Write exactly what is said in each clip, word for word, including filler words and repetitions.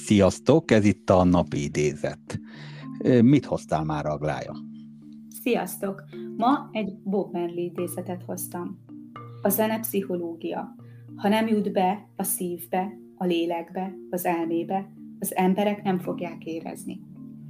Sziasztok, ez itt a napi idézet. Mit hoztál már, Aglája? Sziasztok! Ma egy Bob Marley idézetet hoztam. A zene pszichológia. Ha nem jut be a szívbe, a lélekbe, az elmébe, az emberek nem fogják érezni.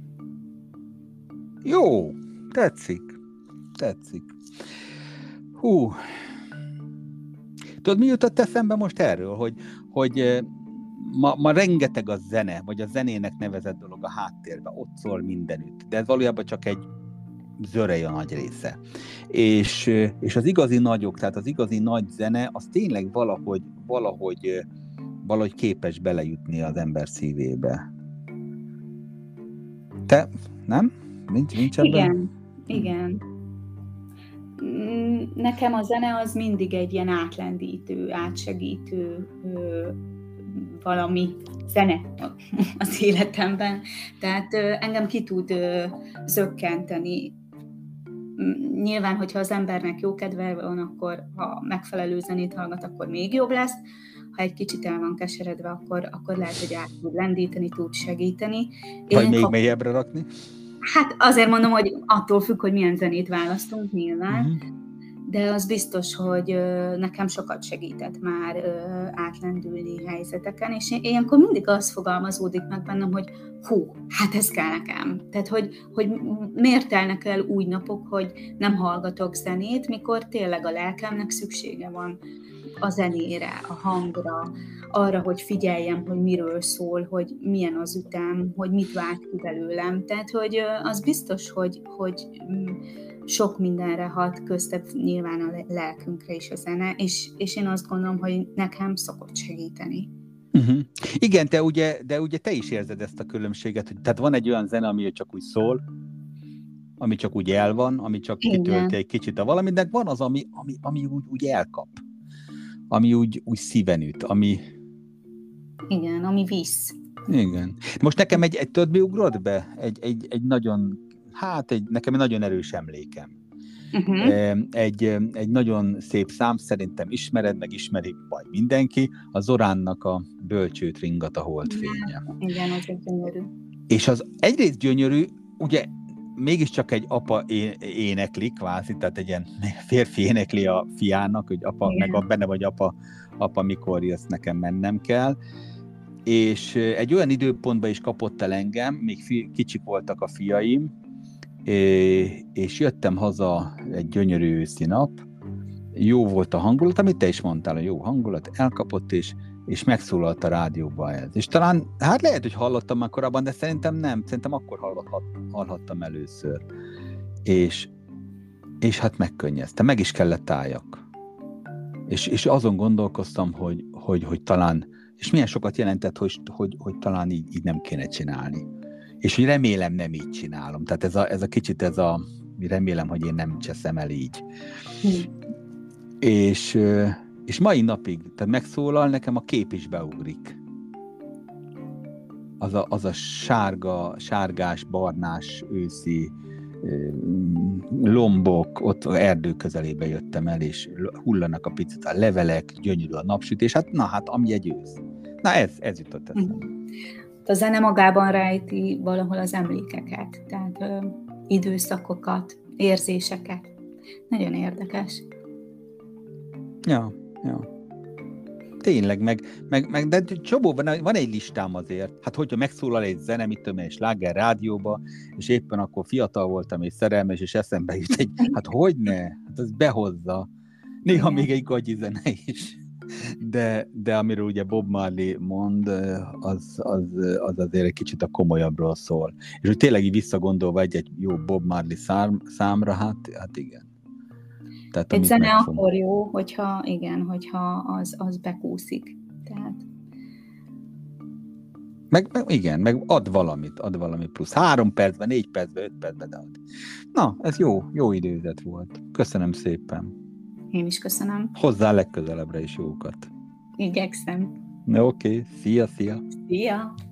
Jó, tetszik, tetszik. Hú, tudod, mi jutott eszembe most erről, hogy, hogy ma, ma rengeteg a zene, vagy a zenének nevezett dolog a háttérben, ott szól mindenütt, de ez valójában csak egy zörej a nagy része. És, és az igazi nagyok, tehát az igazi nagy zene, az tényleg valahogy, valahogy, valahogy képes belejutni az ember szívébe. Te, nem? Nincs, nincs ebben? Igen, igen. Nekem a zene az mindig egy ilyen átlendítő, átsegítő ö, valami zene az életemben. Tehát ö, engem ki tud ö, zökkenteni. Nyilván, hogyha az embernek jó kedve van, akkor ha megfelelő zenét hallgat, akkor még jobb lesz. Ha egy kicsit el van keseredve, akkor, akkor lehet, hogy át tud lendíteni, tud segíteni. Vagy Én még kap... mélyebbre rakni? Hát azért mondom, hogy attól függ, hogy milyen zenét választunk nyilván, uh-huh. de az biztos, hogy ö, nekem sokat segített már ö, átlendülni helyzeteken, és én, ilyenkor mindig az fogalmazódik meg bennem, hogy hú, hát ez kell nekem. Tehát, hogy, hogy miért telnek el úgy napok, hogy nem hallgatok zenét, mikor tényleg a lelkemnek szüksége van a zenére, a hangra, arra, hogy figyeljem, hogy miről szól, hogy milyen az ütem, hogy mit vált ki belőlem. Tehát, hogy az biztos, hogy, hogy sok mindenre hat, köztebb nyilván a lelkünkre is a zene, és, és én azt gondolom, hogy nekem szokott segíteni. Uh-huh. Igen, te ugye, de ugye te is érzed ezt a különbséget, hogy tehát van egy olyan zene, ami csak úgy szól, ami csak úgy el van, ami csak kitölti egy kicsit a valamit, de van az, ami, ami, ami úgy, úgy elkap, ami úgy, úgy szíven üt, ami... Igen, ami visz. Igen. Most nekem egy, egy tudod, mi ugrott be? Egy, egy, egy nagyon, hát egy, nekem egy nagyon erős emlékem. Uh-huh. Egy, egy nagyon szép szám, szerintem ismered, meg ismerik majd mindenki, a Zoránnak a Bölcsőt ringat a holdfénye. Igen, az egy gyönyörű. És az egyrészt gyönyörű, ugye mégiscsak egy apa énekli, kvázi, tehát egy ilyen férfi énekli a fiának, hogy apa, igen. meg benne vagy apa, apa, mikor jössz, nekem mennem kell. És egy olyan időpontban is kapott el engem, még fi, kicsik voltak a fiaim, és jöttem haza egy gyönyörű őszi nap, jó volt a hangulat, amit te is mondtál, a jó hangulat, elkapott, és, és megszólalt a rádióba ez. És talán, hát lehet, hogy hallottam már korábban, de szerintem nem, szerintem akkor hallhat, hallhattam először. És, és hát megkönnyeztem, meg is kellett álljak. És, és azon gondolkoztam, hogy, hogy, hogy talán, és milyen sokat jelentett, hogy, hogy, hogy talán így, így nem kéne csinálni. És hogy remélem nem így csinálom. Tehát ez a, ez a kicsit ez a, remélem, hogy én nem cseszem el így. Hm. És, és mai napig, tehát megszólal, nekem a kép is beugrik. Az a, az a sárga, sárgás, barnás, őszi lombok, ott az erdő közelébe jöttem el, és hullanak a picit a levelek, gyönyörű a napsütés, hát na hát, ami egy ősz. Na ez, ez jutott eszembe. A zene magában rejti valahol az emlékeket, tehát ö, időszakokat, érzéseket. Nagyon érdekes. Ja, ja. Tényleg, meg, meg, meg de Csobó, van, van egy listám azért. Hát hogyha megszólal egy zene, mit tudom én, egy sláger rádióba, és éppen akkor fiatal voltam és szerelmes, és eszembe jut egy, hát hogyne? Hát ez behozza. Néha még egy gagyi zene is. De, de amiről ugye Bob Marley mond, az, az, az azért egy kicsit a komolyabbról szól. És hogy tényleg így visszagondolva egy-egy jó Bob Marley szám, számra, hát, hát igen. Tehát, egy zene megfog... akkor jó, hogyha igen, hogyha az, az bekúszik. Tehát... Meg, meg igen, meg ad valamit, ad valami plusz. Három percben, négy percben, öt percben, de ad. Na, ez jó, jó időzet volt. Köszönöm szépen. Én is köszönöm. Hozzá legközelebbre is jókat. Igyekszem. Oké, okay. Szia, szia. Szia.